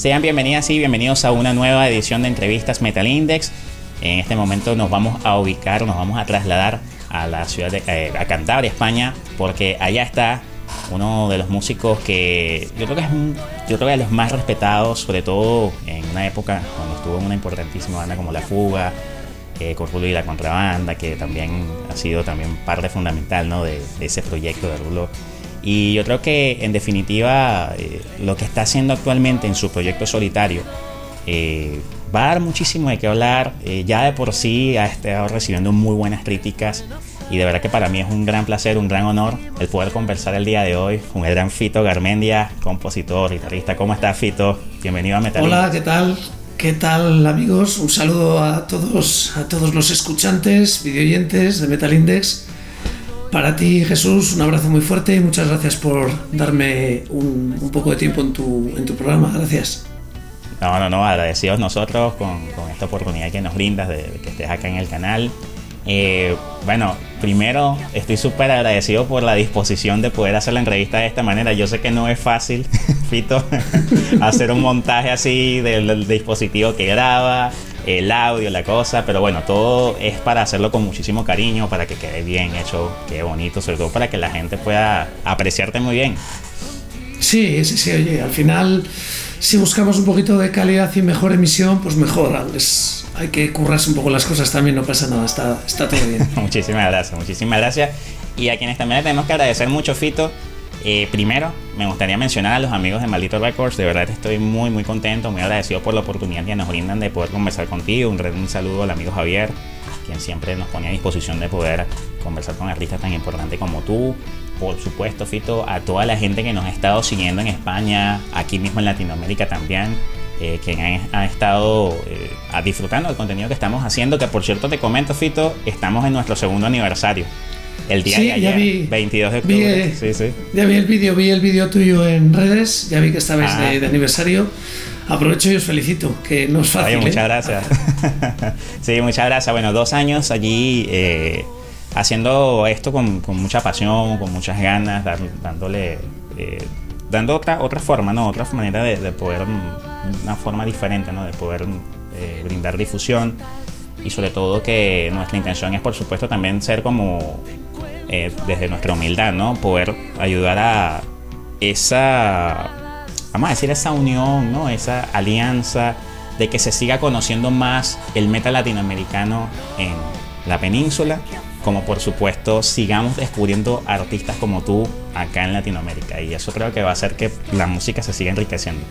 Sean bienvenidas y bienvenidos a una nueva edición de Entrevistas Metal Index. En este momento nos vamos a trasladar a la ciudad a Cantabria, España, porque allá está uno de los músicos que yo creo que es de los más respetados, sobre todo en una época cuando estuvo en una importantísima banda como La Fuga, con Rulo y la Contrabanda, que también ha sido también parte fundamental, ¿no?, de ese proyecto de Rulo. Y yo creo que en definitiva lo que está haciendo actualmente en su proyecto solitario va a dar muchísimo de qué hablar. Ya de por sí ha estado recibiendo muy buenas críticas y de verdad que para mí es un gran placer, un gran honor el poder conversar el día de hoy con el gran Fito Garmendia, compositor, guitarrista. ¿Cómo estás, Fito? Bienvenido a Metal Index. Hola, ¿qué tal? ¿Qué tal, amigos? Un saludo a todos los escuchantes, videoyentes de Metal Index. Para ti, Jesús, un abrazo muy fuerte y muchas gracias por darme un poco de tiempo en tu programa. Gracias. No, agradecidos nosotros con esta oportunidad que nos brindas de que estés acá en el canal. Bueno, primero estoy súper agradecido por la disposición de poder hacer la entrevista de esta manera. Yo sé que no es fácil, Fito, hacer un montaje así del dispositivo que graba, el audio, la cosa, pero bueno, todo es para hacerlo con muchísimo cariño, para que quede bien hecho, quede bonito, sobre todo para que la gente pueda apreciarte muy bien. Sí, oye, al final, si buscamos un poquito de calidad y mejor emisión, pues mejor. Hay que currarse un poco las cosas también, no pasa nada, está todo bien. Muchísimas gracias. Y a quienes también le tenemos que agradecer mucho, Fito. Primero, me gustaría mencionar a los amigos de Maldito Records. De verdad estoy muy muy contento, muy agradecido por la oportunidad que nos brindan de poder conversar contigo. Un saludo al amigo Javier, quien siempre nos pone a disposición de poder conversar con artistas tan importantes como tú. Por supuesto, Fito, a toda la gente que nos ha estado siguiendo en España, aquí mismo en Latinoamérica también, que han estado disfrutando del contenido que estamos haciendo, que por cierto te comento, Fito, estamos en nuestro segundo aniversario. El día de ayer, 22 de octubre. Sí. Ya vi el vídeo tuyo en redes, ya vi que estabais de aniversario. Aprovecho y os felicito, que no es fácil. Oye, muchas gracias. Sí, muchas gracias. Bueno, 2 años allí haciendo esto con mucha pasión, con muchas ganas, dando otra forma, ¿no? Otra manera de poder, una forma diferente, ¿no?, de poder brindar difusión. Y sobre todo que nuestra intención es, por supuesto, también ser como, desde nuestra humildad, ¿no?, poder ayudar a vamos a decir, esa unión, ¿no?, esa alianza de que se siga conociendo más el metal latinoamericano en la península, como por supuesto sigamos descubriendo artistas como tú acá en Latinoamérica, y eso creo que va a hacer que la música se siga enriqueciendo.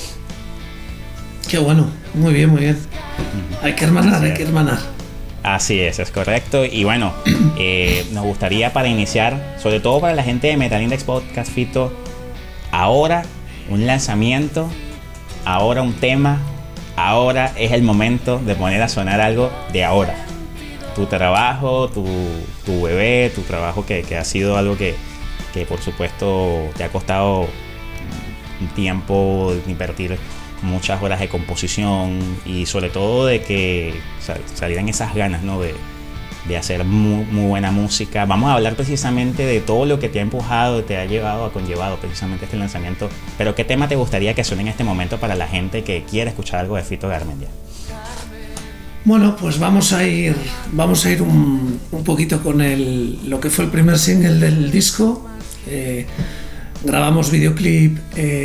Qué bueno, muy bien. Hay que hermanar. Así es correcto. Y bueno, nos gustaría, para iniciar, sobre todo para la gente de Metal Index Podcast, Fito, ahora un lanzamiento, ahora un tema, ahora es el momento de poner a sonar algo de ahora. Tu trabajo, tu bebé, tu trabajo que ha sido algo que por supuesto te ha costado un tiempo de invertir muchas horas de composición y sobre todo de que salieran esas ganas, ¿no?, de hacer muy buena música. Vamos a hablar precisamente de todo lo que te ha empujado, te ha conllevado precisamente este lanzamiento. Pero ¿qué tema te gustaría que suene en este momento para la gente que quiere escuchar algo de Fito Garmendia? Bueno, pues vamos a ir un poquito con lo que fue el primer single del disco. Grabamos videoclip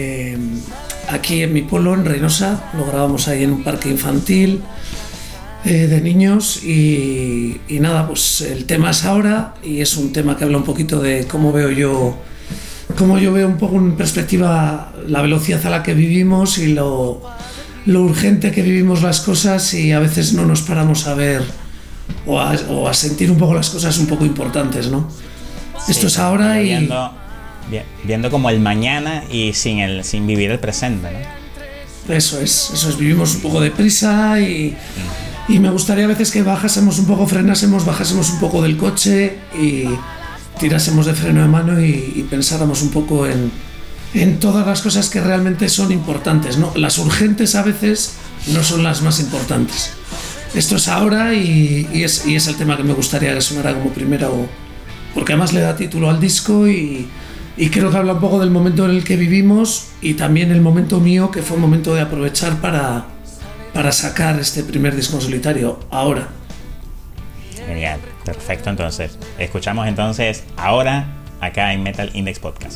aquí en mi pueblo, en Reynosa. Lo grabamos ahí en un parque infantil de niños y nada, pues el tema es ahora, y es un tema que habla un poquito de cómo yo veo un poco en perspectiva la velocidad a la que vivimos y lo urgente que vivimos las cosas, y a veces no nos paramos a ver o a sentir un poco las cosas un poco importantes, ¿no? Sí, esto es ahora viendo como el mañana y sin vivir el presente, ¿no? Eso es, vivimos un poco deprisa y me gustaría a veces que bajásemos un poco del coche y tirásemos de freno de mano y pensáramos un poco en todas las cosas que realmente son importantes, ¿no? Las urgentes a veces no son las más importantes. Esto es ahora y es el tema que me gustaría que sonara como primero, porque además le da título al disco y Y creo que habla un poco del momento en el que vivimos y también el momento mío, que fue un momento de aprovechar para sacar este primer disco en solitario ahora. Genial, perfecto. Entonces, escuchamos entonces ahora acá en Metal Index Podcast.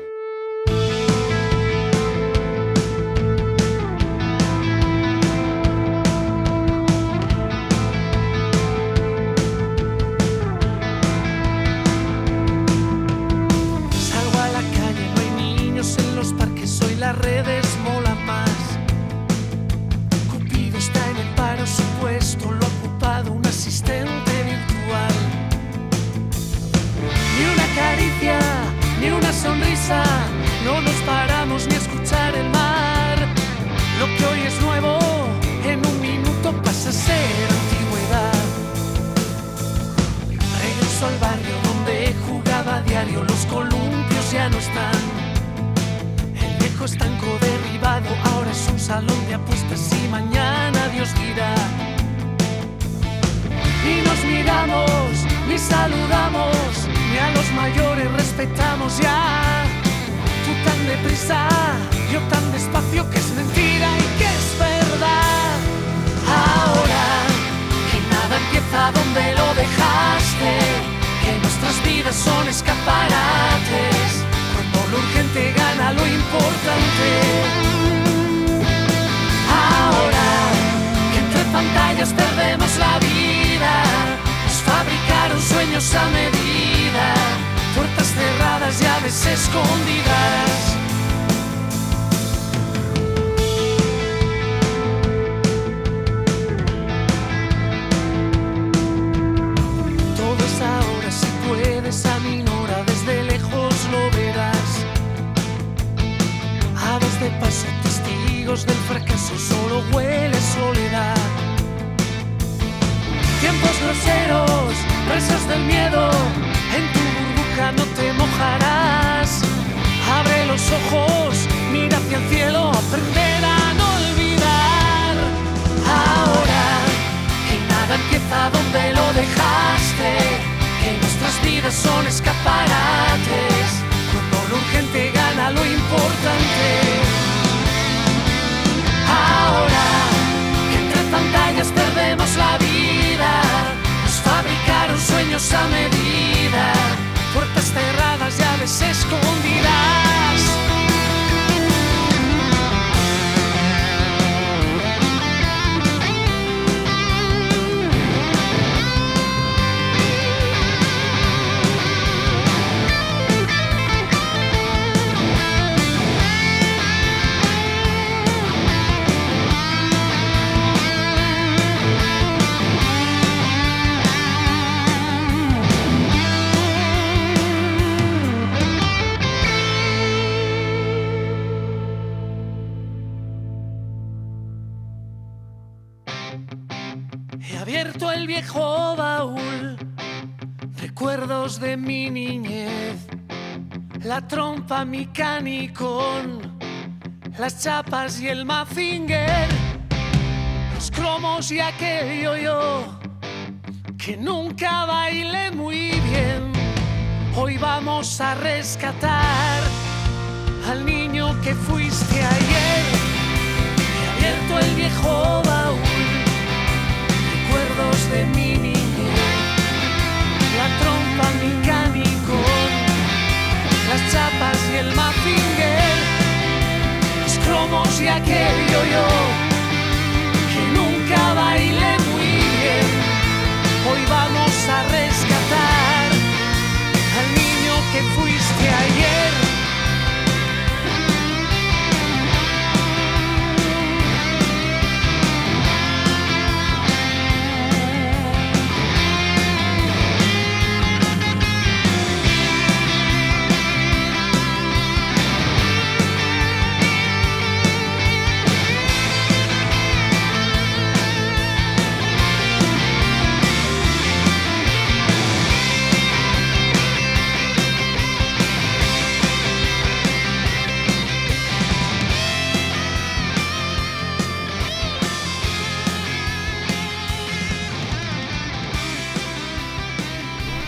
Las redes molan más. Cupido está en el paro, su puesto lo ha ocupado un asistente virtual. Ni una caricia, ni una sonrisa, no nos paramos ni a escuchar el mar. Lo que hoy es nuevo, en un minuto pasa a ser antigüedad. Regreso al barrio donde jugaba a diario, los columpios ya no están. Estanco derribado, ahora es un salón de apuestas y mañana Dios dirá. Ni nos miramos, ni saludamos, ni a los mayores respetamos ya. Tú tan deprisa, yo tan despacio, que es mentira y que es verdad. Ahora que nada empieza donde lo dejaste, que nuestras vidas son escaparates. Lo urgente gana lo importante. Ahora que entre pantallas perdemos la vida, nos fabricaron sueños a medida, puertas cerradas, llaves escondidas. Todo es ahora, si puedes aminora, desde lejos lo verás. Aves de paso, testigos del fracaso, solo huele soledad. Tiempos groseros, presas del miedo, en tu burbuja no te mojarás. Abre los ojos, mira hacia el cielo, aprender a no olvidar. Ahora que nada empieza donde lo dejaste, que nuestras vidas son escaparates. Lo urgente gana lo importante. Ahora que entre pantallas perdemos la vida, nos fabricaron sueños a medida, puertas cerradas, llaves escondidas. He abierto el viejo baúl, recuerdos de mi niñez, la trompa, mi canicón, las chapas y el Mazinger, los cromos y aquel yo-yo que nunca bailé muy bien. Hoy vamos a rescatar al niño que fuiste ayer. He abierto el viejo baúl, recuerdos de mi niñez, la trompa, mi canicón, las chapas y el Mazinger, los cromos y aquel yo-yo que nunca bailé muy bien. Hoy vamos a rescatar al niño que fuiste ayer.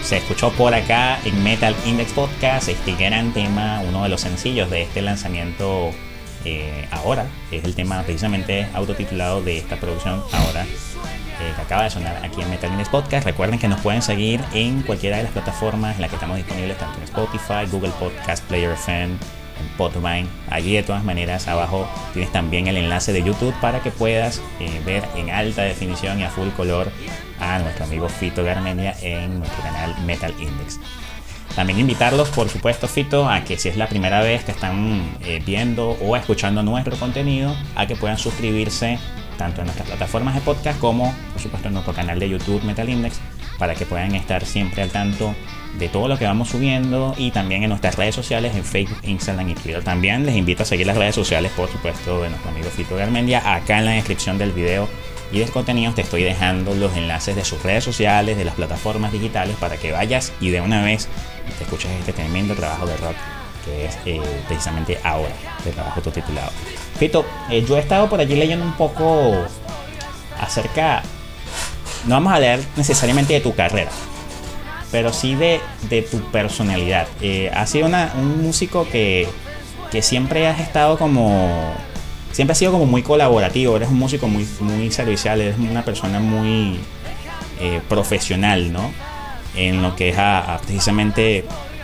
se escuchó por acá en Metal Index Podcast este gran tema, uno de los sencillos de este lanzamiento ahora, es el tema precisamente autotitulado de esta producción ahora, que acaba de sonar aquí en Metal Index Podcast. Recuerden que nos pueden seguir en cualquiera de las plataformas en las que estamos disponibles, tanto en Spotify, Google Podcast, Player FM, en Podbean. Allí de todas maneras abajo tienes también el enlace de YouTube para que puedas ver en alta definición y a full color a nuestro amigo Fito Garmendia en nuestro canal Metal Index. También invitarlos, por supuesto, Fito, a que si es la primera vez que están viendo o escuchando nuestro contenido, a que puedan suscribirse tanto en nuestras plataformas de podcast como, por supuesto, en nuestro canal de YouTube Metal Index, para que puedan estar siempre al tanto de todo lo que vamos subiendo, y también en nuestras redes sociales en Facebook, Instagram y Twitter. También les invito a seguir las redes sociales, por supuesto, de nuestro amigo Fito Garmendia. Acá en la descripción del video y del contenido te estoy dejando los enlaces de sus redes sociales, de las plataformas digitales, para que vayas y de una vez te escuches este tremendo trabajo de rock que es precisamente ahora, el trabajo autotitulado. Fito, yo he estado por allí leyendo un poco acerca, no vamos a leer necesariamente de tu carrera, pero sí de tu personalidad. Has sido un músico que siempre has estado siempre has sido como muy colaborativo. Eres un músico muy, muy servicial, eres una persona muy profesional, ¿no? En lo que es precisamente,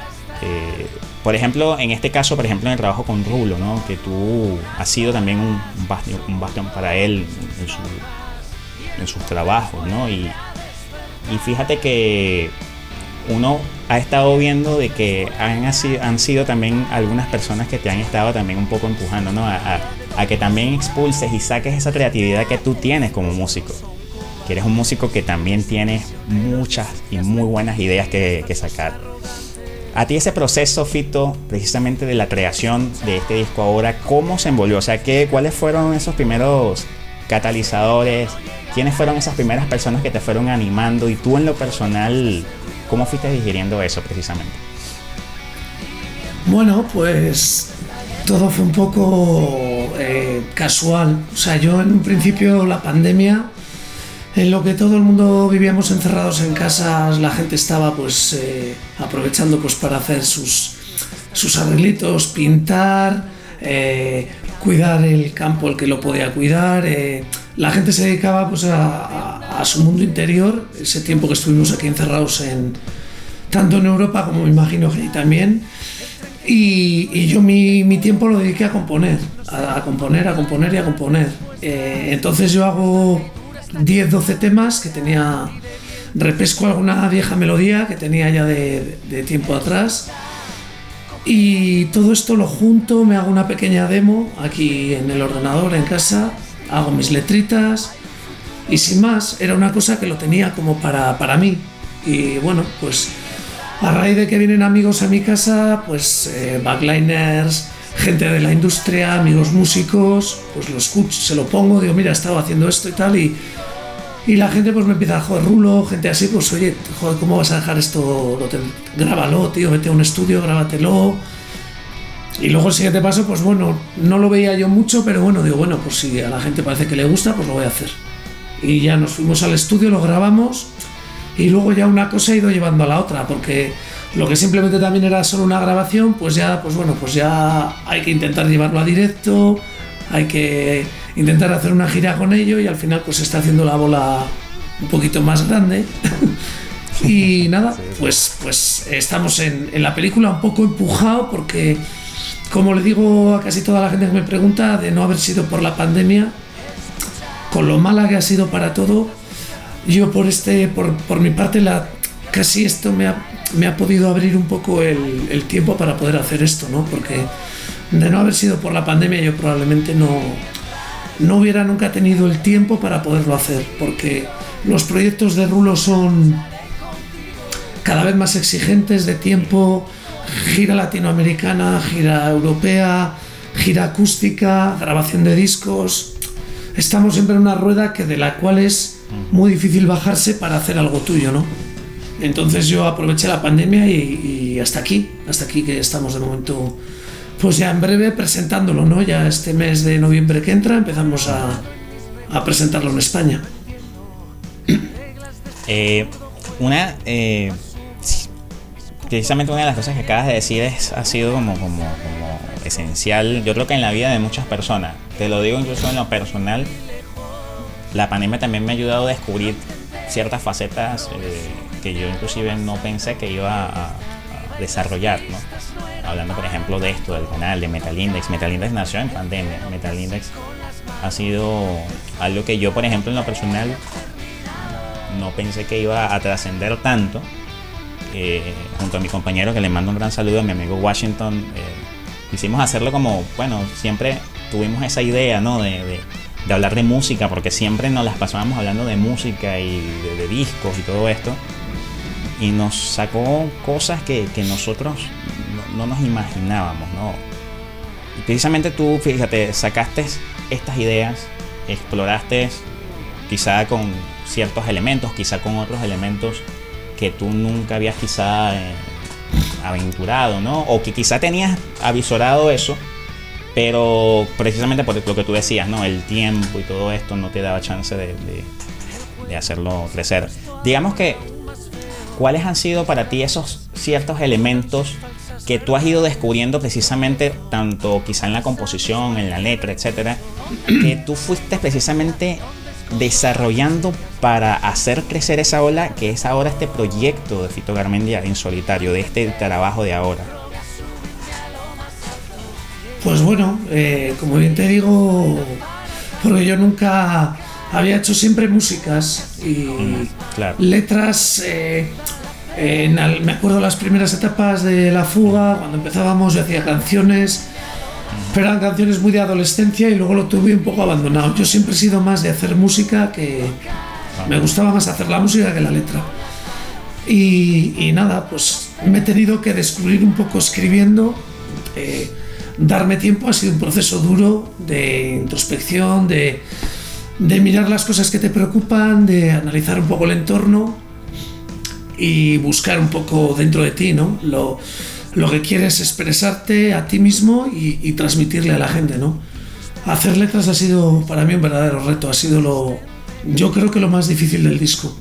por ejemplo, en este caso, por ejemplo, en el trabajo con Rulo, ¿no? Que tú has sido también un bastión para él en sus trabajos, ¿no? Y fíjate que uno ha estado viendo de que han sido también algunas personas que te han estado también un poco empujando, ¿no? A que también expulses y saques esa creatividad que tú tienes como músico. Que eres un músico que también tienes muchas y muy buenas ideas que sacar. A ti ese proceso, Fito, precisamente de la creación de este disco ahora, ¿cómo se envolvió? O sea, ¿cuáles fueron esos primeros catalizadores? ¿Quiénes fueron esas primeras personas que te fueron animando? Y tú en lo personal, ¿cómo fuiste digiriendo eso precisamente? Bueno, pues todo fue un poco casual. O sea, yo en un principio la pandemia, en lo que todo el mundo vivíamos encerrados en casas, la gente estaba pues aprovechando pues para hacer sus arreglitos, pintar, cuidar el campo el que lo podía cuidar. La gente se dedicaba pues a su mundo interior, ese tiempo que estuvimos aquí encerrados tanto en Europa como me imagino que ahí también. Y yo mi tiempo lo dediqué a componer. Entonces yo hago 10-12 temas que tenía, repesco alguna vieja melodía que tenía ya de tiempo atrás, y todo esto lo junto, me hago una pequeña demo aquí en el ordenador en casa, hago mis letritas y sin más, era una cosa que lo tenía como para mí. Y bueno, pues a raíz de que vienen amigos a mi casa, pues backliners, gente de la industria, amigos músicos, pues lo escucho, se lo pongo, digo, mira, he estado haciendo esto y tal, y la gente pues me empieza a joder, Rulo, gente así, pues oye, joder, ¿cómo vas a dejar esto? Grábalo, tío, vete a un estudio, grábatelo. Y luego el siguiente paso, pues bueno, no lo veía yo mucho, pero bueno, digo, bueno, pues si a la gente parece que le gusta, pues lo voy a hacer. Y ya nos fuimos al estudio, lo grabamos, y luego ya una cosa ha ido llevando a la otra, porque lo que simplemente también era solo una grabación, pues ya, pues bueno, pues ya hay que intentar llevarlo a directo, hay que intentar hacer una gira con ello, y al final pues se está haciendo la bola un poquito más grande. Y nada, pues estamos en la película un poco empujado, porque como le digo a casi toda la gente que me pregunta, de no haber sido por la pandemia, con lo mala que ha sido para todo, yo por mi parte casi esto me ha podido abrir un poco el tiempo para poder hacer esto, ¿no? Porque de no haber sido por la pandemia yo probablemente no hubiera nunca tenido el tiempo para poderlo hacer, porque los proyectos de Rulo son cada vez más exigentes de tiempo, gira latinoamericana, gira europea, gira acústica, grabación de discos. Estamos siempre en una rueda de la cual es muy difícil bajarse para hacer algo tuyo, ¿no? Entonces yo aproveché la pandemia y hasta aquí que estamos de momento, pues ya en breve presentándolo, ¿no? Ya este mes de noviembre que entra empezamos a presentarlo en precisamente una de las cosas que acabas de decir ha sido como esencial, yo creo que en la vida de muchas personas. Te lo digo incluso en lo personal, la pandemia también me ha ayudado a descubrir ciertas facetas que yo inclusive no pensé que iba a desarrollar, ¿no? Hablando por ejemplo de esto, del canal de Metal Index. Metal Index nació en pandemia. Metal Index ha sido algo que yo por ejemplo en lo personal no pensé que iba a trascender tanto. Junto a mi compañero, que le mando un gran saludo, a mi amigo Washington, quisimos hacerlo como, bueno, siempre tuvimos esa idea, ¿no? de hablar de música, porque siempre nos las pasábamos hablando de música y de discos y todo esto, y nos sacó cosas que nosotros no nos imaginábamos, ¿no? Y precisamente tú, fíjate, sacaste estas ideas, exploraste quizá con ciertos elementos, quizá con otros elementos que tú nunca habías quizá aventurado, ¿no? O que quizá tenías avisorado eso, pero precisamente por lo que tú decías, ¿no? El tiempo y todo esto no te daba chance de hacerlo crecer. Digamos que, ¿cuáles han sido para ti esos ciertos elementos que tú has ido descubriendo precisamente, tanto quizá en la composición, en la letra, etcétera, que tú fuiste precisamente desarrollando para hacer crecer esa ola, que es ahora este proyecto de Fito Garmendia en solitario, de este trabajo de ahora? Pues bueno, como bien te digo, porque yo nunca había hecho siempre músicas y claro. Letras. Me acuerdo las primeras etapas de La Fuga, cuando empezábamos yo hacía canciones, pero eran canciones muy de adolescencia y luego lo tuve un poco abandonado. Yo siempre he sido más de hacer música, que me gustaba más hacer la música que la letra. Y nada, pues me he tenido que descubrir un poco escribiendo. Darme tiempo ha sido un proceso duro de introspección, de mirar las cosas que te preocupan, de analizar un poco el entorno y buscar un poco dentro de ti, ¿no? Lo que quieres expresarte a ti mismo y transmitirle a la gente, ¿no? Hacer letras ha sido para mí un verdadero reto, ha sido yo creo que lo más difícil del disco.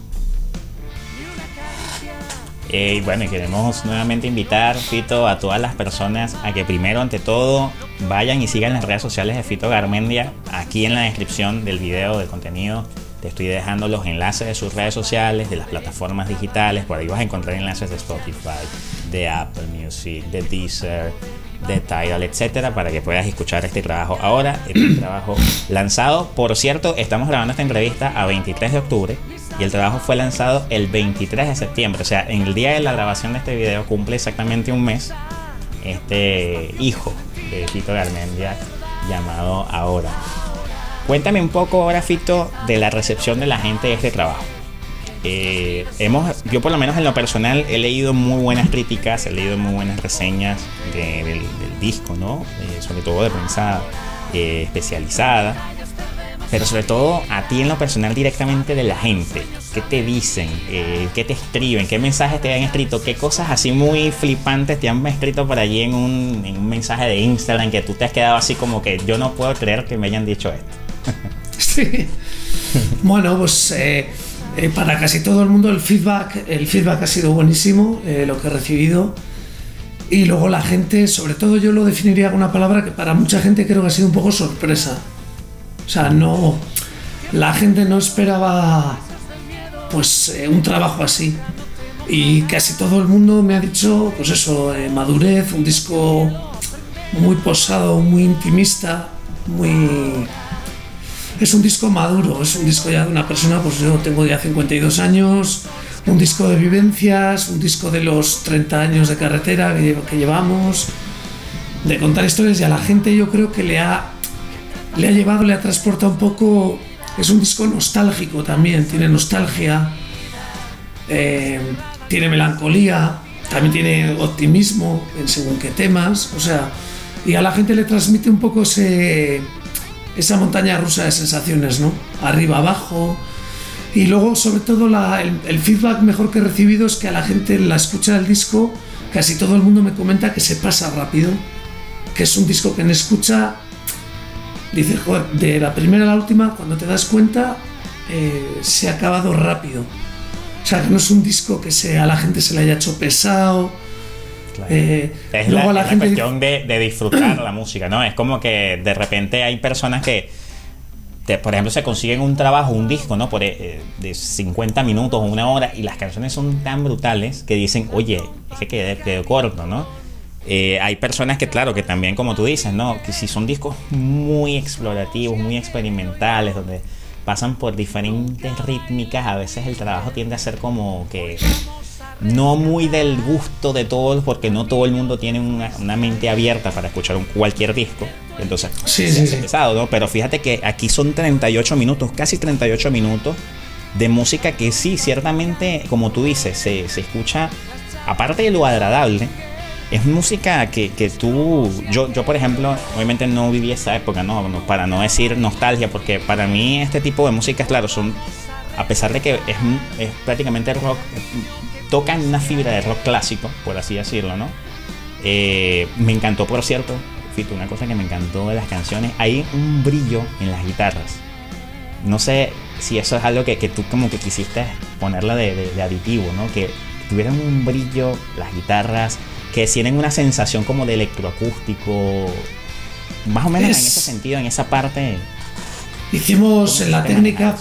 Bueno, y queremos nuevamente invitar, Fito, a todas las personas a que primero, ante todo, vayan y sigan las redes sociales de Fito Garmendia. Aquí en la descripción del video, del contenido, te estoy dejando los enlaces de sus redes sociales, de las plataformas digitales. Por ahí vas a encontrar enlaces de Spotify, de Apple Music, de Deezer, de Tidal, etcétera, para que puedas escuchar este trabajo ahora, este trabajo lanzado. Por cierto, estamos grabando esta entrevista a 23 de octubre y el trabajo fue lanzado el 23 de septiembre. O sea, en el día de la grabación de este video cumple exactamente un mes este hijo de Fito Garmendia llamado Ahora. Cuéntame un poco ahora, Fito, de la recepción de la gente de este trabajo. Yo por lo menos en lo personal he leído muy buenas críticas, he leído muy buenas reseñas del disco, ¿no? Sobre todo de prensa especializada, pero sobre todo a ti en lo personal directamente de la gente. ¿Qué te dicen? ¿Qué te escriben? ¿Qué mensajes te han escrito? ¿Qué cosas así muy flipantes te han escrito por allí en un mensaje de Instagram que tú te has quedado así como que yo no puedo creer que me hayan dicho esto? Sí. Bueno, pues para casi todo el mundo el feedback ha sido buenísimo, lo que he recibido. Y luego la gente, sobre todo yo lo definiría con una palabra que para mucha gente creo que ha sido un poco sorpresa. O sea, la gente no esperaba pues un trabajo así. Y casi todo el mundo me ha dicho, pues eso, madurez, un disco muy posado, muy intimista, es un disco maduro, es un disco ya de una persona, pues yo tengo ya 52 años, un disco de vivencias, un disco de los 30 años de carretera que llevamos, de contar historias, y a la gente yo creo que le ha llevado, le ha transportado un poco. Es un disco nostálgico también, tiene nostalgia, tiene melancolía, también tiene optimismo en según qué temas, o sea, y a la gente le transmite un poco esa montaña rusa de sensaciones, ¿no? Arriba, abajo. Y luego, sobre todo, el feedback mejor que he recibido es que a la gente, en la escucha del disco, casi todo el mundo me comenta que se pasa rápido, que es un disco que en escucha dices, joder, de la primera a la última, cuando te das cuenta, se ha acabado rápido. O sea, que no es un disco que a la gente se le haya hecho pesado, Claro. Es luego la gente cuestión de disfrutar la música, ¿no? Es como que de repente hay personas que, por ejemplo, se consiguen un trabajo, un disco, ¿no? De 50 minutos o una hora, y las canciones son tan brutales que dicen, oye, es que quedó corto, ¿no? Hay personas que, claro, que también, como tú dices, ¿no? Que si son discos muy explorativos, muy experimentales, donde pasan por diferentes rítmicas, a veces el trabajo tiende a ser como que no muy del gusto de todos, porque no todo el mundo tiene una mente abierta para escuchar cualquier disco. Entonces, sí. pesado, ¿no? Pero fíjate que aquí son 38 minutos, casi 38 minutos de música que sí, ciertamente, como tú dices, se escucha, aparte de lo agradable, es música que yo por ejemplo, obviamente no viví esa época, ¿no? Para no decir nostalgia, porque para mí este tipo de música, claro, son, a pesar de que es prácticamente rock, tocan una fibra de rock clásico, por así decirlo, ¿no? Me encantó, por cierto, Fito, una cosa que me encantó de las canciones, hay un brillo en las guitarras. No sé si eso es algo que tú como que quisiste ponerla de aditivo, ¿no? Que tuvieran un brillo las guitarras, que tienen una sensación como de electroacústico, más o menos en ese sentido, en esa parte. Hicimos en la técnica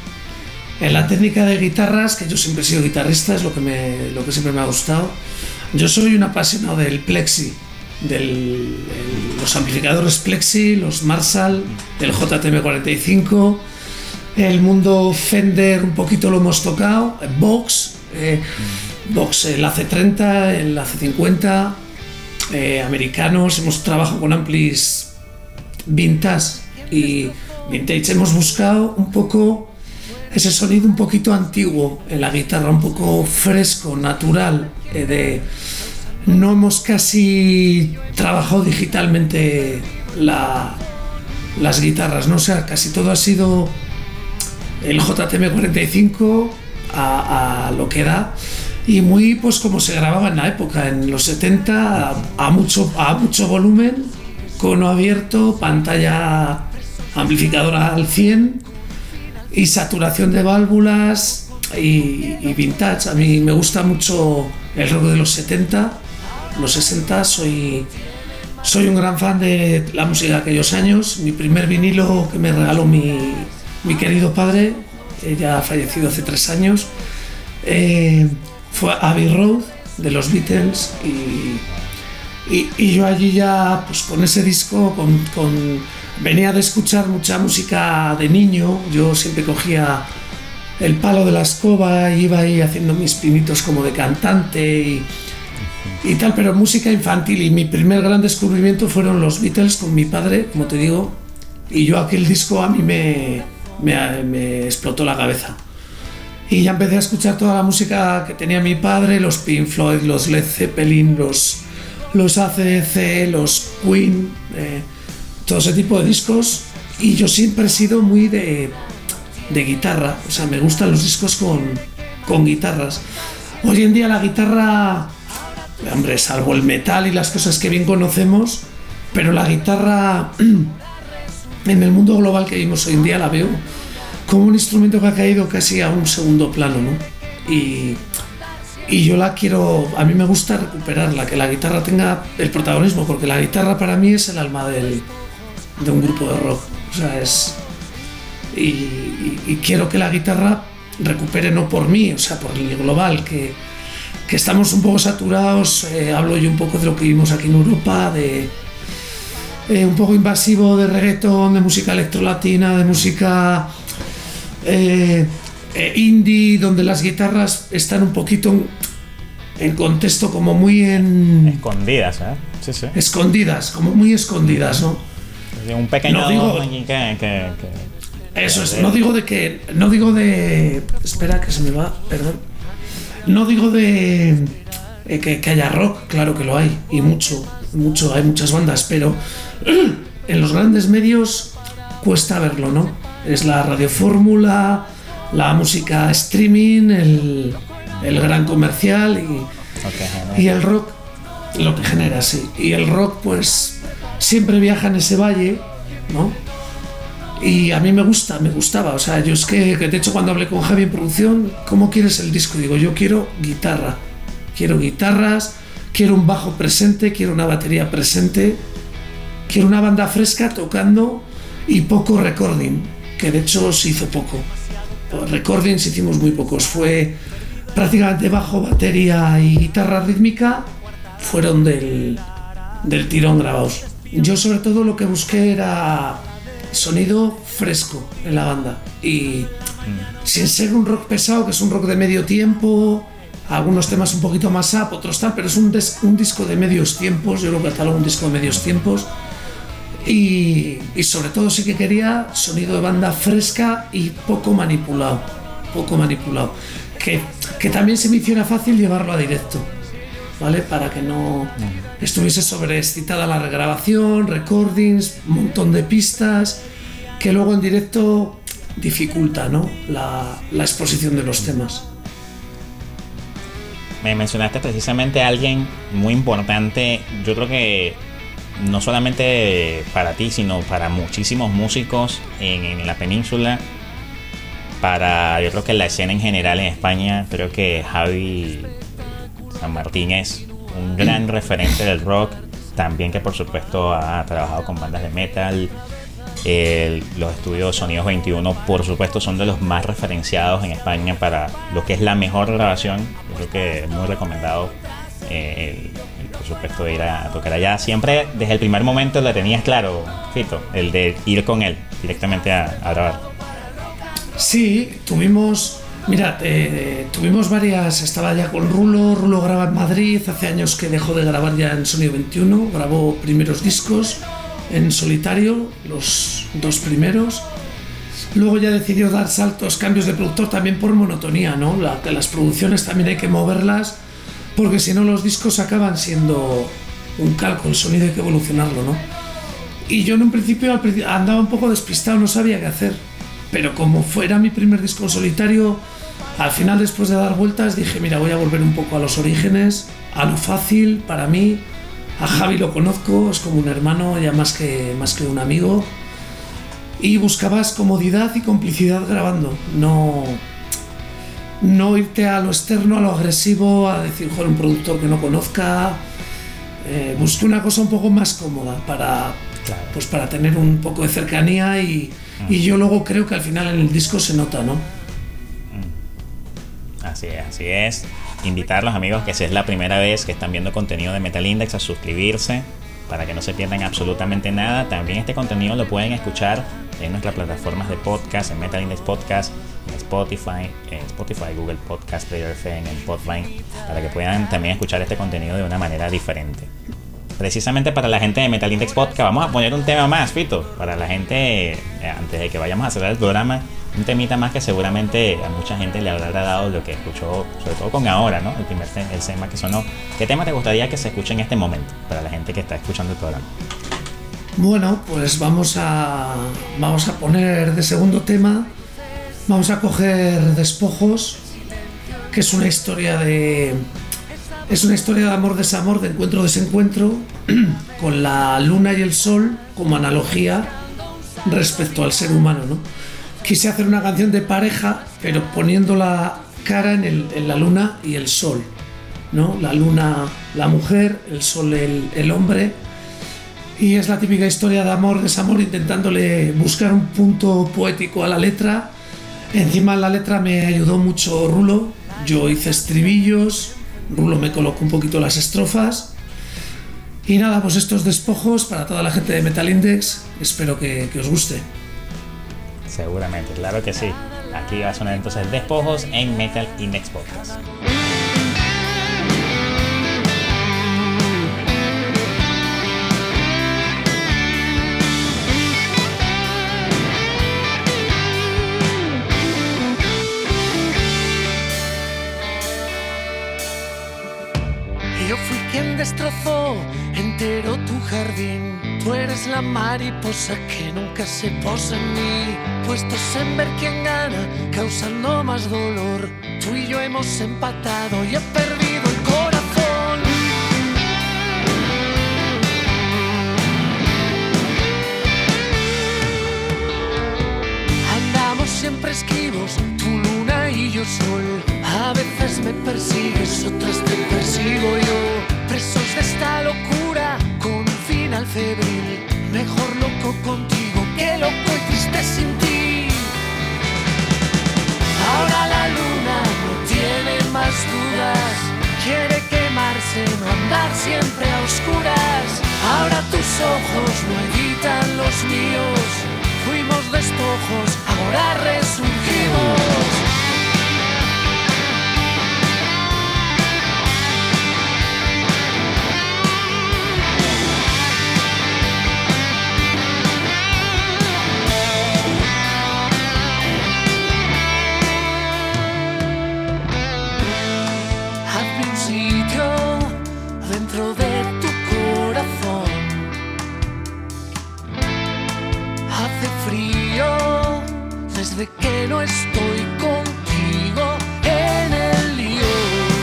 de guitarras, que yo siempre he sido guitarrista, es lo que siempre me ha gustado. Yo soy un apasionado del Plexi, los amplificadores Plexi, los Marshall, el JTM45, el mundo Fender un poquito lo hemos tocado, Vox, el AC30, el AC50, americanos, hemos trabajado con amplis vintage y vintage, hemos buscado un poco ese sonido un poquito antiguo en la guitarra, un poco fresco, natural, no hemos casi trabajado digitalmente las guitarras, ¿no? O sea, casi todo ha sido el JTM45 a lo que da, y muy pues como se grababa en la época, en los 70, a mucho volumen, cono abierto, pantalla amplificadora al 100 y saturación de válvulas y vintage. A mí me gusta mucho el rock de los 70, los 60, soy un gran fan de la música de aquellos años. Mi primer vinilo que me regaló mi querido padre, ya fallecido hace 3 años, fue Abbey Road de los Beatles, y yo allí ya pues con ese disco venía de escuchar mucha música de niño. Yo siempre cogía el palo de la escoba y iba ahí haciendo mis pinitos como de cantante y tal, pero música infantil, y mi primer gran descubrimiento fueron los Beatles con mi padre, como te digo, y yo aquel disco a mí me explotó la cabeza. Y ya empecé a escuchar toda la música que tenía mi padre, los Pink Floyd, los Led Zeppelin, los AC/DC, los Queen, todo ese tipo de discos. Y yo siempre he sido muy de guitarra, o sea, me gustan los discos con guitarras. Hoy en día la guitarra, hombre, salvo el metal y las cosas que bien conocemos, pero la guitarra en el mundo global que vivimos hoy en día la veo como un instrumento que ha caído casi a un segundo plano, ¿no? Y yo la quiero, a mí me gusta recuperarla, que la guitarra tenga el protagonismo, porque la guitarra para mí es el alma de un grupo de rock, o sea, y quiero que la guitarra recupere, no por mí, o sea, por el global, que estamos un poco saturados. Hablo yo un poco de lo que vimos aquí en Europa, un poco invasivo de reggaetón, de música electrolatina, de música indie, donde las guitarras están un poquito en contexto como muy escondidas, ¿eh? Sí, sí. Escondidas, como muy escondidas, ¿no? Un pequeño no digo eso es, no digo de espera que se me va, perdón. No digo de que haya rock, claro que lo hay, y mucho, hay muchas bandas, pero en los grandes medios cuesta verlo, ¿no? Es la radiofórmula, la música streaming, el gran comercial y el rock, lo que genera, sí. Y el rock, pues, siempre viaja en ese valle, ¿no? Y a mí me gustaba, o sea, yo es que de hecho cuando hablé con Javi en producción, ¿cómo quieres el disco? Digo, yo quiero guitarras, quiero un bajo presente, quiero una batería presente, quiero una banda fresca tocando y poco recording, que de hecho se hizo poco. Recordings hicimos muy pocos, fue prácticamente bajo, batería y guitarra rítmica fueron del tirón grabados. Yo sobre todo lo que busqué era sonido fresco en la banda y sin ser un rock pesado, que es un rock de medio tiempo, algunos temas un poquito más up, otros tal, pero es un disco de medios tiempos, yo lo catalogo un disco de medios tiempos y sobre todo sí que quería sonido de banda fresca y poco manipulado, que también se me hiciera fácil llevarlo a directo, ¿vale? Para que no estuviese sobreexcitada la regrabación, recordings, un montón de pistas, que luego en directo dificulta, ¿no? la exposición de los temas. Me mencionaste precisamente a alguien muy importante, yo creo que no solamente para ti, sino para muchísimos músicos en la península, yo creo que la escena en general en España. Creo que Javi San Martín es un gran referente del rock, también que por supuesto ha trabajado con bandas de metal. Los estudios Sonidos 21 por supuesto son de los más referenciados en España para lo que es la mejor grabación. Yo creo que es muy recomendado por supuesto ir a tocar allá. Siempre desde el primer momento lo tenías claro, Fito, el de ir con él directamente a grabar. Sí, tuvimos varias, estaba ya con Rulo graba en Madrid, hace años que dejó de grabar ya en Sonido 21, grabó primeros discos en solitario, los 2 primeros. Luego ya decidió dar saltos, cambios de productor también por monotonía, ¿no? Las producciones también hay que moverlas, porque si no los discos acaban siendo un calco, el sonido hay que evolucionarlo, ¿no? Y yo en un principio andaba un poco despistado, no sabía qué hacer, pero como fuera mi primer disco en solitario, al final después de dar vueltas dije, mira, voy a volver un poco a los orígenes, a lo fácil para mí. A Javi lo conozco, es como un hermano, ya más que un amigo. Y buscabas comodidad y complicidad grabando. No irte a lo externo, a lo agresivo, a decir, joder, un productor que no conozca. Busqué una cosa un poco más cómoda para tener un poco de cercanía y yo luego creo que al final en el disco se nota, ¿no? Así es. Invitar a los amigos que si es la primera vez que están viendo contenido de Metal Index a suscribirse para que no se pierdan absolutamente nada. También este contenido lo pueden escuchar en nuestras plataformas de podcast, en Metal Index Podcast, en Spotify, Google Podcast, Player FM, en Podvine, para que puedan también escuchar este contenido de una manera diferente. Precisamente para la gente de Metal Index Podcast vamos a poner un tema más, Fito, para la gente, antes de que vayamos a cerrar el programa, un temita más que seguramente a mucha gente le habrá dado lo que escuchó, sobre todo con ahora, ¿no? El tema que sonó. ¿Qué tema te gustaría que se escuche en este momento para la gente que está escuchando el programa? Bueno, pues vamos a poner de segundo tema, vamos a coger Despojos, que es una historia de amor, desamor, de encuentro, desencuentro, con la luna y el sol como analogía respecto al ser humano, ¿no? Quise hacer una canción de pareja, pero poniendo la cara en la luna y el sol, ¿no? La luna, la mujer, el sol, el hombre. Y es la típica historia de amor, desamor, intentándole buscar un punto poético a la letra. Encima en la letra me ayudó mucho Rulo. Yo hice estribillos, Rulo me colocó un poquito las estrofas. Y nada, pues estos despojos para toda la gente de Metal Index. Espero que os guste. Seguramente, claro que sí. Aquí va a sonar entonces Despojos en Metal Index Podcast. Yo fui quien destrozó entero tu jardín. Tú eres la mariposa que nunca se posa en mí. Puestos en ver quién gana, causando más dolor. Tú y yo hemos empatado y he perdido el corazón. Andamos siempre esquivos, tu luna y yo sol. A veces me persigues, otras te persigo yo. único contigo, qué loco y triste sin ti. Ahora la luna no tiene más dudas, quiere quemarse, no andar siempre a oscuras. Ahora tus ojos no evitan los míos, fuimos despojos, ahora resurgimos. Dentro de tu corazón hace frío desde que no estoy contigo en el lío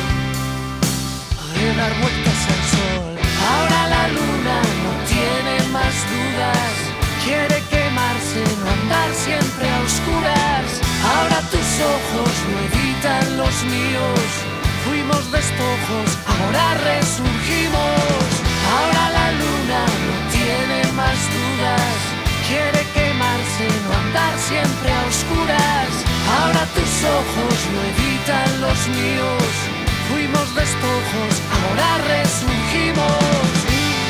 de dar vueltas al sol. Ahora la luna no tiene más dudas, quiere quemarse, no andar siempre a oscuras. Ahora tus ojos no evitan los míos, fuimos despojos, ahora resurgimos. Ahora la luna no tiene más dudas, quiere quemarse, no andar siempre a oscuras. Ahora tus ojos no evitan los míos, fuimos despojos, ahora resurgimos.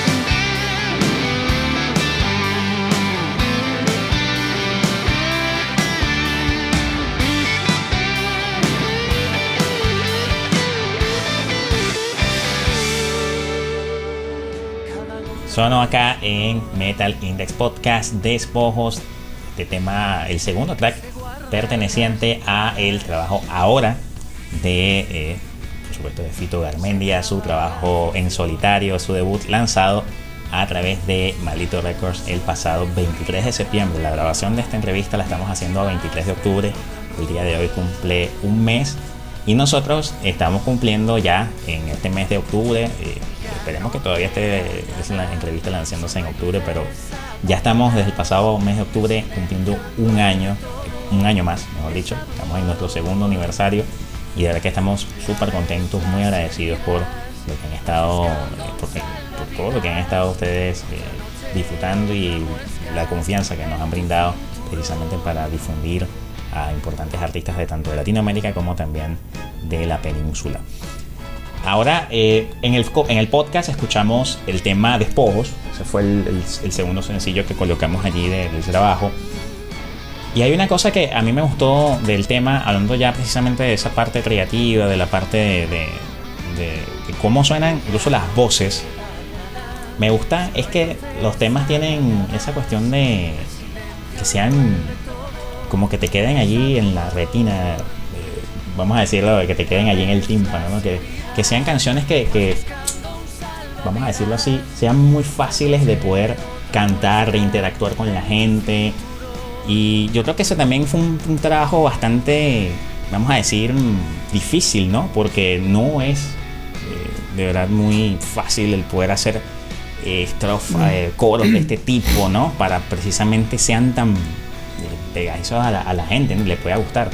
Sono acá en Metal Index Podcast, Despojos, de tema, el segundo track perteneciente a el trabajo ahora de, por supuesto, de Fito Garmendia, su trabajo en solitario, su debut lanzado a través de Maldito Records el pasado 23 de septiembre. La grabación de esta entrevista la estamos haciendo a 23 de octubre, el día de hoy cumple un mes y nosotros estamos cumpliendo ya en este mes de octubre. Esperemos que todavía esté la entrevista lanzándose en octubre, pero ya estamos desde el pasado mes de octubre cumpliendo un año más, mejor dicho. Estamos en nuestro segundo aniversario y de verdad que estamos súper contentos, muy agradecidos por lo que han estado, por todo lo que han estado ustedes disfrutando y la confianza que nos han brindado precisamente para difundir a importantes artistas de tanto de Latinoamérica como también de la península. Ahora en el podcast escuchamos el tema Despojos. Ese fue el segundo sencillo que colocamos allí del trabajo. Y hay una cosa que a mí me gustó del tema, hablando ya precisamente de esa parte creativa, de la parte de cómo suenan incluso las voces. Me gusta es que los temas tienen esa cuestión de que sean como que te queden allí en la retina, vamos a decirlo, que te queden allí en el tímpano, ¿no? Que sean canciones que, vamos a decirlo así, sean muy fáciles de poder cantar, de interactuar con la gente. Y yo creo que ese también fue un trabajo bastante, vamos a decir, difícil, ¿no? Porque no es de verdad muy fácil el poder hacer estrofas, coros de este tipo, ¿no? Para precisamente sean tan pegajizos a la gente, ¿no? Le pueda gustar.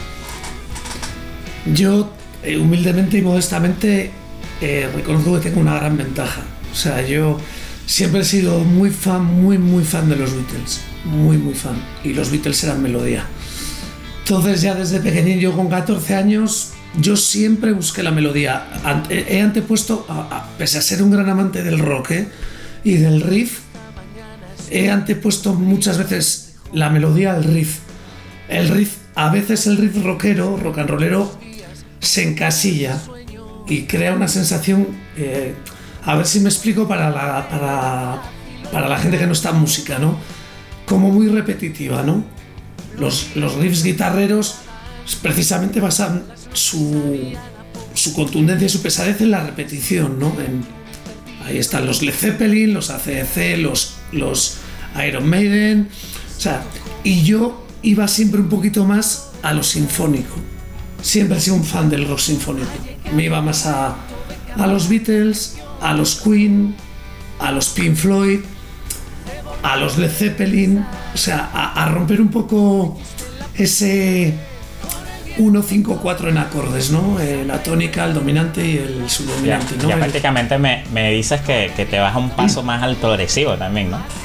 Yo humildemente y modestamente reconozco que tengo una gran ventaja. O sea, yo siempre he sido muy fan de los Beatles, muy fan, y los Beatles eran melodía. Entonces ya desde pequeñín, yo con 14 años, yo siempre busqué la melodía. He antepuesto, pese a ser un gran amante del rock y del riff, he antepuesto muchas veces la melodía al riff. El riff, a veces el riff rockero, rock and rollero, se encasilla y crea una sensación, a ver si me explico para la gente que no está en música, ¿no? Como muy repetitiva, ¿no? Los riffs guitarreros precisamente basan su contundencia y su pesadez en la repetición, ¿no? Ahí están los Led Zeppelin, los AC/DC, los Iron Maiden, o sea, y yo iba siempre un poquito más a lo sinfónico. Siempre he sido un fan del rock sinfónico. Me iba más a los Beatles, a los Queen, a los Pink Floyd, a los Led Zeppelin, o sea, a romper un poco ese 1-5-4 en acordes, ¿no? La tónica, el dominante y el subdominante, ¿no? Ya prácticamente me dices que te vas a un paso más al progresivo también, ¿no?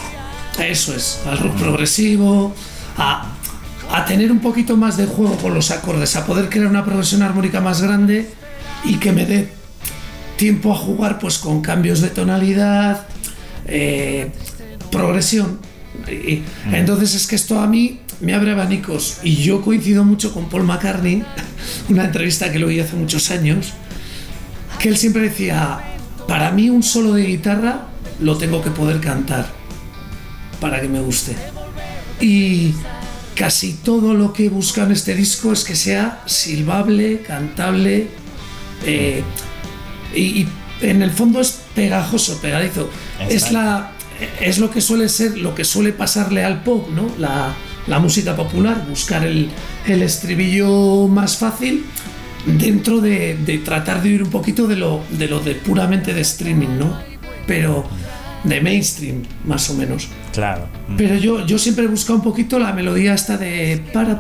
Eso es, al rock progresivo, a tener un poquito más de juego con los acordes, a poder crear una progresión armónica más grande y que me dé tiempo a jugar pues con cambios de tonalidad, progresión. Entonces es que esto a mí me abre abanicos, y yo coincido mucho con Paul McCartney, una entrevista que lo oí hace muchos años, que él siempre decía, para mí un solo de guitarra lo tengo que poder cantar para que me guste. Y casi todo lo que busca en este disco es que sea silbable, cantable, y en el fondo es pegajoso, pegadizo. Es lo que suele ser, lo que suele pasarle al pop, ¿no? La música popular, buscar el estribillo más fácil dentro de tratar de huir un poquito de lo de puramente de streaming, ¿no? Pero de mainstream, más o menos. Claro. Pero yo siempre he buscado un poquito la melodía esta de para,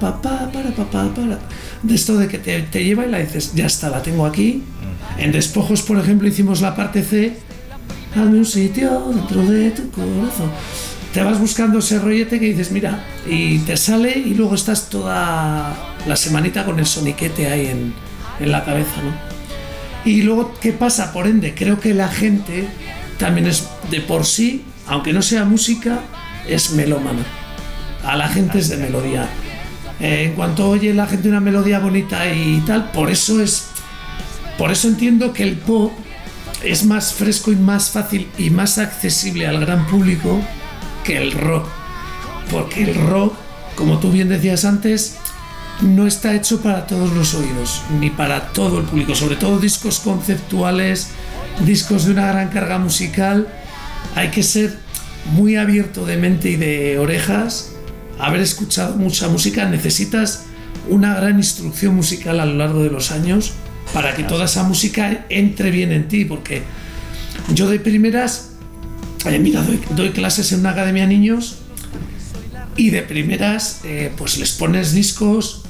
de esto de que te lleva y la dices, ya está, la tengo aquí. En Despojos, por ejemplo, hicimos la parte C, hazme un sitio dentro de tu corazón. Te vas buscando ese rollete que dices, mira, y te sale, y luego estás toda la semanita con el soniquete ahí en la cabeza, ¿no? Y luego, ¿qué pasa? Por ende, creo que la gente también es de por sí, aunque no sea música, es melómana. A la gente es de melodía. En cuanto oye la gente una melodía bonita y tal, por eso entiendo que el pop es más fresco y más fácil y más accesible al gran público que el rock, porque el rock, como tú bien decías antes, no está hecho para todos los oídos, ni para todo el público, sobre todo discos conceptuales, discos de una gran carga musical. Hay que ser muy abierto de mente y de orejas, haber escuchado mucha música, necesitas una gran instrucción musical a lo largo de los años para que toda esa música entre bien en ti, porque yo de primeras, mira, doy clases en una academia de niños y de primeras pues les pones discos,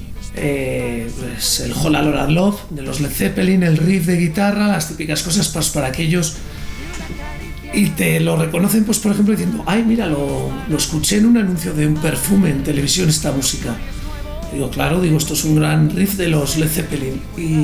pues el Whole Lotta Love de los Led Zeppelin, el riff de guitarra, las típicas cosas pues para aquellos, y te lo reconocen, pues por ejemplo diciendo, ay mira, lo escuché en un anuncio de un perfume en televisión esta música. Digo, claro, esto es un gran riff de los Led Zeppelin,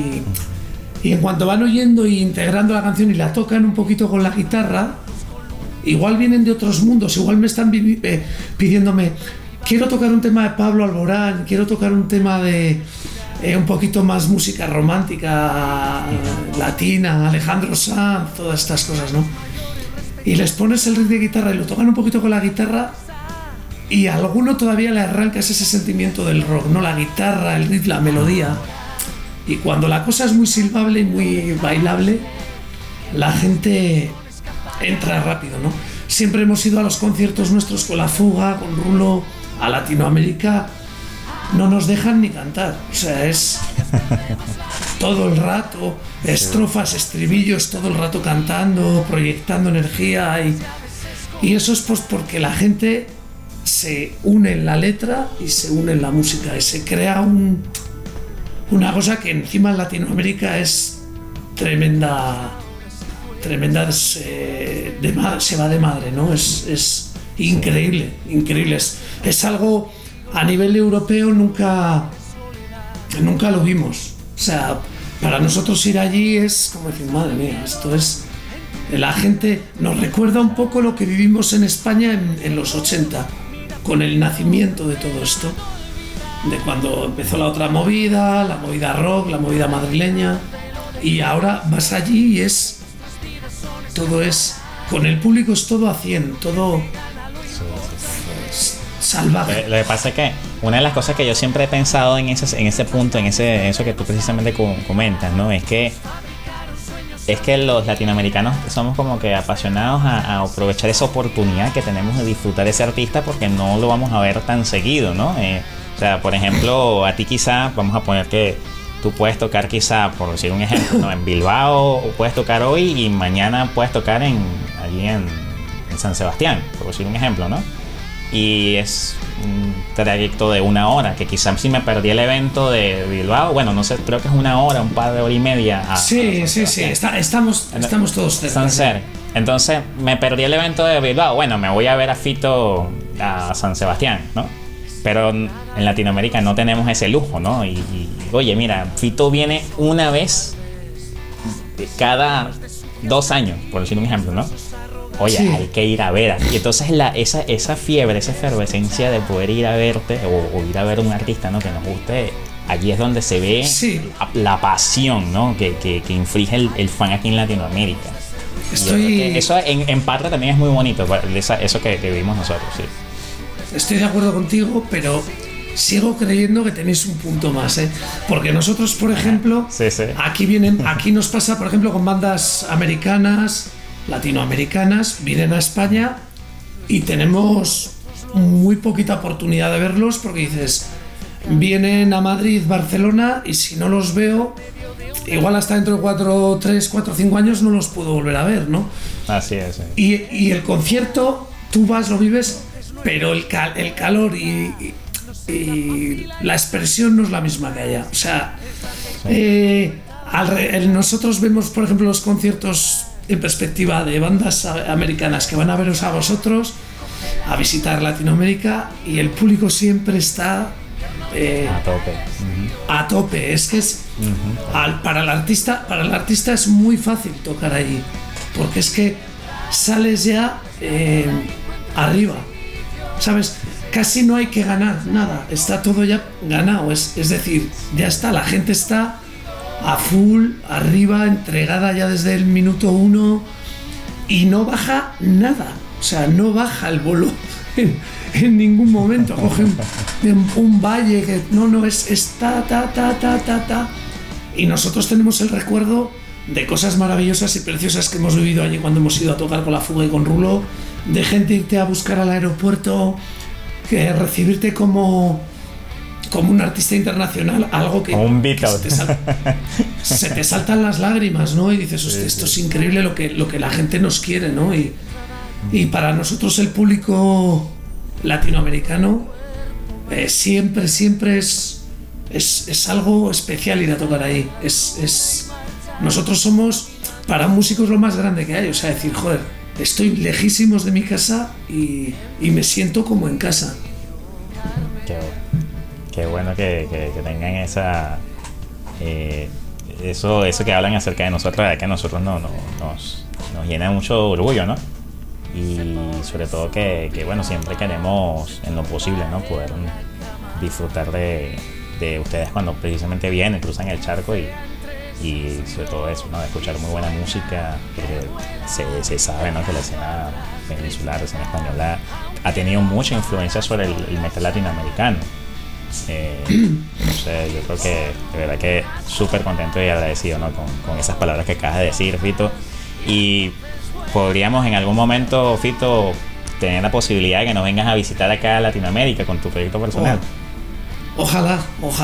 y en cuanto van oyendo e integrando la canción y la tocan un poquito con la guitarra, igual vienen de otros mundos, igual me están pidiéndome, quiero tocar un tema de Pablo Alborán, quiero tocar un tema de un poquito más música romántica, latina, Alejandro Sanz, todas estas cosas, ¿no? Y les pones el riff de guitarra y lo tocan un poquito con la guitarra, y a alguno todavía le arrancas ese sentimiento del rock, ¿no? La guitarra, el riff, la melodía. Y cuando la cosa es muy silbable y muy bailable, la gente entra rápido, ¿no? Siempre hemos ido a los conciertos nuestros con La Fuga, con Rulo, a Latinoamérica, no nos dejan ni cantar, o sea, es todo el rato, estrofas, estribillos, todo el rato cantando, proyectando energía, y eso es pues porque la gente se une en la letra y se une en la música, y se crea una cosa que encima en Latinoamérica es tremenda, se va de madre, ¿no? Es increíble, es algo a nivel europeo nunca lo vimos. O sea, para nosotros ir allí es como decir, madre mía, esto es... La gente nos recuerda un poco lo que vivimos en España en los 80, con el nacimiento de todo esto, de cuando empezó la otra movida, la movida rock, la movida madrileña, y ahora vas allí y todo es, con el público es todo a 100, todo salvaje. Lo que pasa es que una de las cosas que yo siempre he pensado en ese punto, en eso que tú precisamente comentas, ¿no? Es que los latinoamericanos somos como que apasionados a aprovechar esa oportunidad que tenemos de disfrutar de ese artista, porque no lo vamos a ver tan seguido, ¿no? O sea, por ejemplo, a ti quizá, vamos a poner que tú puedes tocar quizá, por decir un ejemplo, ¿no? En Bilbao, o puedes tocar hoy y mañana puedes tocar allí en San Sebastián, por decir un ejemplo, ¿no? Y es un trayecto de 1 hora, que quizás si me perdí el evento de Bilbao, bueno, no sé, creo que es 1 hora, un par de horas y media. Sí, estamos todos cerca. Están cerca. Entonces me perdí el evento de Bilbao. Bueno, me voy a ver a Fito a San Sebastián, ¿no? Pero en Latinoamérica no tenemos ese lujo, ¿no? Y oye, mira, Fito viene una vez cada 2 años, por decir un ejemplo, ¿no? Oye, sí, hay que ir a ver. Y entonces esa fiebre, esa efervescencia de poder ir a verte o ir a ver a un artista, ¿no?, que nos guste, allí es donde se ve, sí, la pasión, ¿no?, que inflige el fan aquí en Latinoamérica. Eso en parte también es muy bonito, eso que vivimos nosotros, sí. Estoy de acuerdo contigo, pero sigo creyendo que tenéis un punto más, ¿eh? Porque nosotros, por ejemplo, sí, sí, aquí nos pasa, por ejemplo, con bandas americanas, latinoamericanas, vienen a España y tenemos muy poquita oportunidad de verlos, porque dices, vienen a Madrid, Barcelona, y si no los veo, igual hasta dentro de 3, 4, 5 años no los puedo volver a ver, ¿no? Así es, sí. Y el concierto, tú vas, lo vives, pero el calor y la expresión no es la misma que allá. O sea, sí, nosotros vemos, por ejemplo, los conciertos en perspectiva de bandas americanas que van a veros a vosotros, a visitar Latinoamérica, y el público siempre está a tope. A tope. Es que es para el artista es muy fácil tocar allí, porque es que sales ya arriba, ¿sabes? Casi no hay que ganar nada, está todo ya ganado, es decir, ya está, la gente está a full, arriba, entregada ya desde el minuto 1, y no baja nada, o sea, no baja el volumen en ningún momento, coge un valle que no es ta, y nosotros tenemos el recuerdo de cosas maravillosas y preciosas que hemos vivido allí cuando hemos ido a tocar con La Fuga y con Rulo, de gente irte a buscar al aeropuerto, que recibirte como un artista internacional, algo que, un Beatle, se te saltan las lágrimas, ¿no? Y dices, hostia, esto es increíble lo que la gente nos quiere, ¿no? Y para nosotros el público latinoamericano siempre es algo especial ir a tocar ahí. Nosotros somos para músicos lo más grande que hay, o sea, decir, joder, estoy lejísimos de mi casa y me siento como en casa. Qué bueno que tengan eso que hablan acerca de nosotros, de que a nosotros nos llena mucho orgullo, ¿no? Y sobre todo que bueno, siempre queremos en lo posible, ¿no?, poder disfrutar de ustedes cuando precisamente vienen, cruzan el charco, y sobre todo eso, ¿no?, de escuchar muy buena música, porque se sabe, ¿no?, que la escena peninsular, la escena española ha tenido mucha influencia sobre el metal latinoamericano. No sé, yo creo que de verdad que súper contento y agradecido, ¿no?, con esas palabras que acabas de decir, Fito. Y podríamos en algún momento, Fito, tener la posibilidad de que nos vengas a visitar acá a Latinoamérica con tu proyecto personal. Ojalá.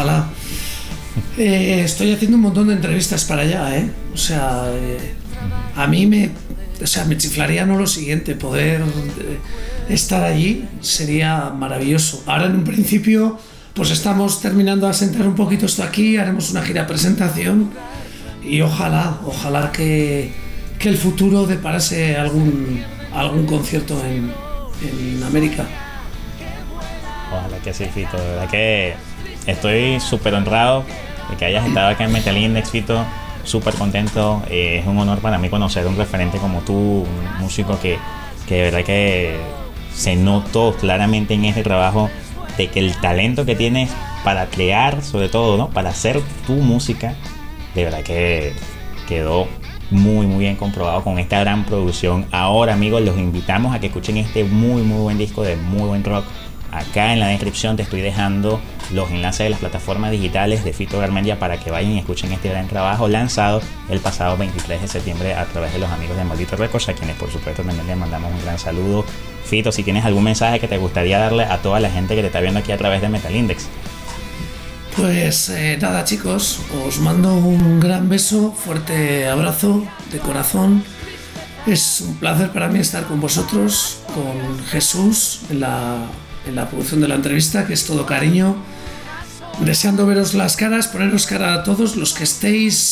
Estoy haciendo un montón de entrevistas para allá, ¿eh? O sea, a mí me chiflaría, ¿no?, lo siguiente, poder estar allí sería maravilloso. Ahora en un principio pues estamos terminando de asentar un poquito esto aquí, haremos una gira presentación y ojalá que el futuro deparase algún concierto en América. Ojalá que sí, Fito. De verdad que estoy súper honrado de que hayas estado acá en Metal Index, Fito. Súper contento. Es un honor para mí conocer un referente como tú, un músico que de verdad que se notó claramente en este trabajo de que el talento que tienes para crear, sobre todo, ¿no?, para hacer tu música, de verdad que quedó muy bien comprobado con esta gran producción. Ahora, amigos, los invitamos a que escuchen este muy buen disco de muy buen rock. Acá en la descripción te estoy dejando los enlaces de las plataformas digitales de Fito Garmendia para que vayan y escuchen este gran trabajo lanzado el pasado 23 de septiembre a través de los amigos de Maldito Records, a quienes por supuesto también les mandamos un gran saludo. Fito, si tienes algún mensaje que te gustaría darle a toda la gente que te está viendo aquí a través de Metal Index. Pues nada, chicos, os mando un gran beso, fuerte abrazo de corazón. Es un placer para mí estar con vosotros, con Jesús en la producción de la entrevista, que es todo cariño. Deseando veros las caras, poneros cara a todos los que estéis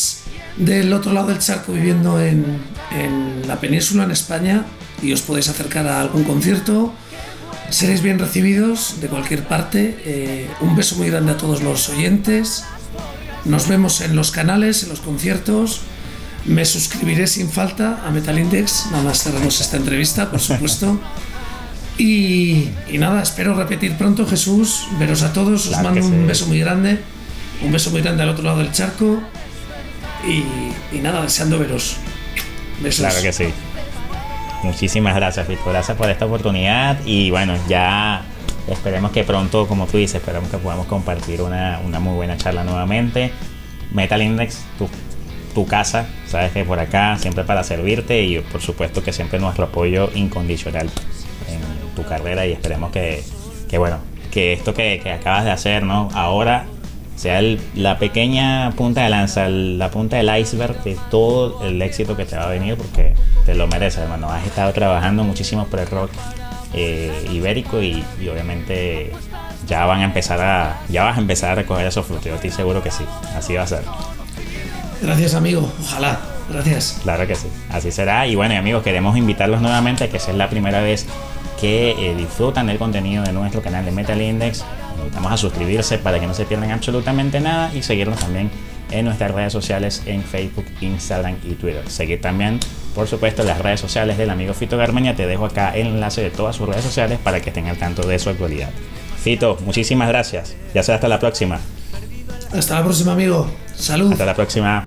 del otro lado del charco viviendo en la península, en España, y os podéis acercar a algún concierto, seréis bien recibidos de cualquier parte. Un beso muy grande a todos los oyentes. Nos vemos en los canales, en los conciertos. Me suscribiré sin falta a Metal Index, nada más cerramos esta entrevista, por supuesto. Y nada, espero repetir pronto, Jesús, veros a todos, os mando un beso muy grande al otro lado del charco y nada, deseando veros. Besos. Claro que sí. Muchísimas gracias, Fito, gracias por esta oportunidad y bueno, ya esperemos que pronto, como tú dices, esperamos que podamos compartir una muy buena charla nuevamente. Metal Index, tu casa, sabes que por acá siempre para servirte y por supuesto que siempre nuestro apoyo incondicional en tu carrera y esperemos que bueno, que esto que acabas de hacer, ¿no? Ahora sea la pequeña punta de lanza, la punta del iceberg de todo el éxito que te va a venir, porque te lo mereces, hermano. Has estado trabajando muchísimo por el rock ibérico y obviamente ya vas a empezar a recoger esos frutos. Yo estoy seguro que sí, así va a ser. Gracias, amigo, ojalá. Gracias. Claro que sí, así será. Y bueno, amigos, queremos invitarlos nuevamente a que sea la primera vez que disfrutan del contenido de nuestro canal de Metal Index. Invitamos a suscribirse para que no se pierdan absolutamente nada y seguirnos también en nuestras redes sociales en Facebook, Instagram y Twitter. Seguir también, por supuesto, las redes sociales del amigo Fito Garmendia. Te dejo acá el enlace de todas sus redes sociales para que estén al tanto de su actualidad. Fito, muchísimas gracias. Ya será hasta la próxima. Hasta la próxima, amigo. Salud. Hasta la próxima.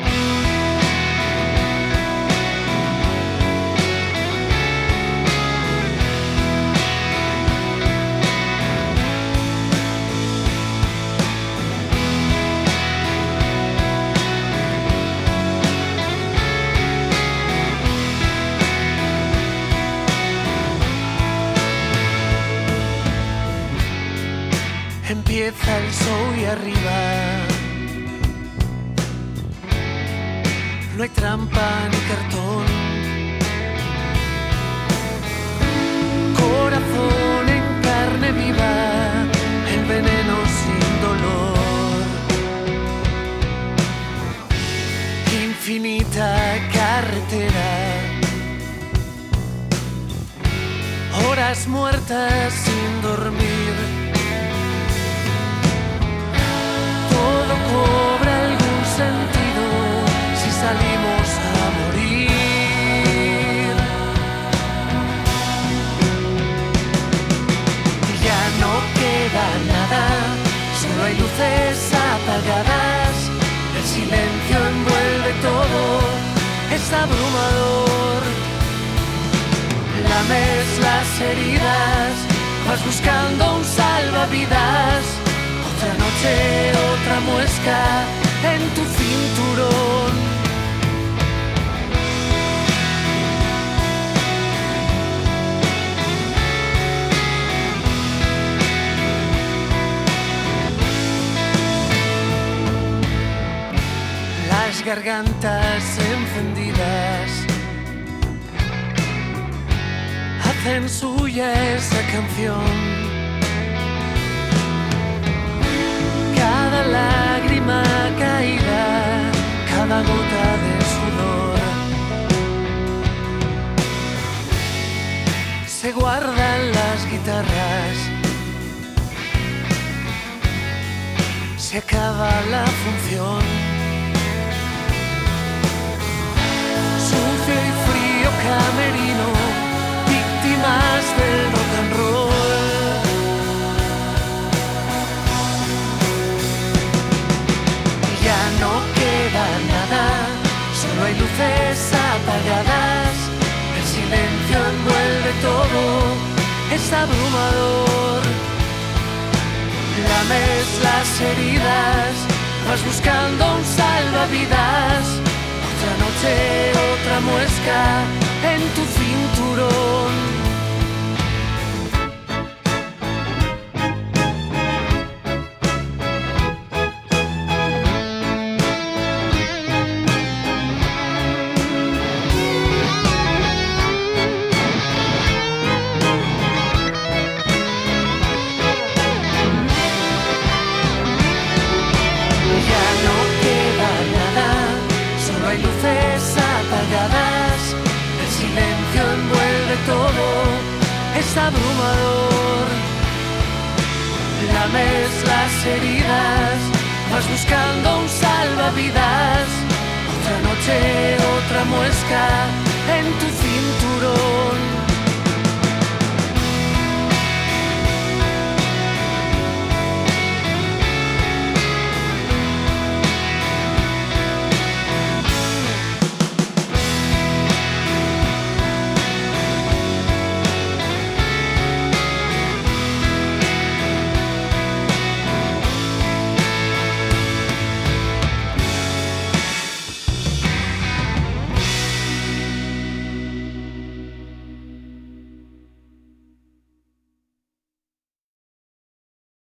Empieza el show y arriba no hay trampa ni cartón. Corazón en carne viva, el veneno sin dolor. Infinita carretera, horas muertas sin dormir. Todo cobra algún sentido si salimos a morir. Ya no queda nada, solo hay luces apagadas. El silencio envuelve todo, es abrumador. Lames las heridas, vas buscando un salvavidas. Otra noche, otra muesca en tu cinturón. Las gargantas encendidas hacen suya esa canción. Cada lágrima caída, cada gota de sudor, se guardan las guitarras, se acaba la función. Sucio y frío camerino, víctimas del rock and roll. Ya no queda nada, solo hay luces apagadas. El silencio envuelve todo, es abrumador. Lames las heridas, vas buscando un salvavidas. Otra noche, otra muesca en tu cinturón. abrumador. Lames las heridas, vas buscando un salvavidas. Otra noche, otra muesca en tu cinturón.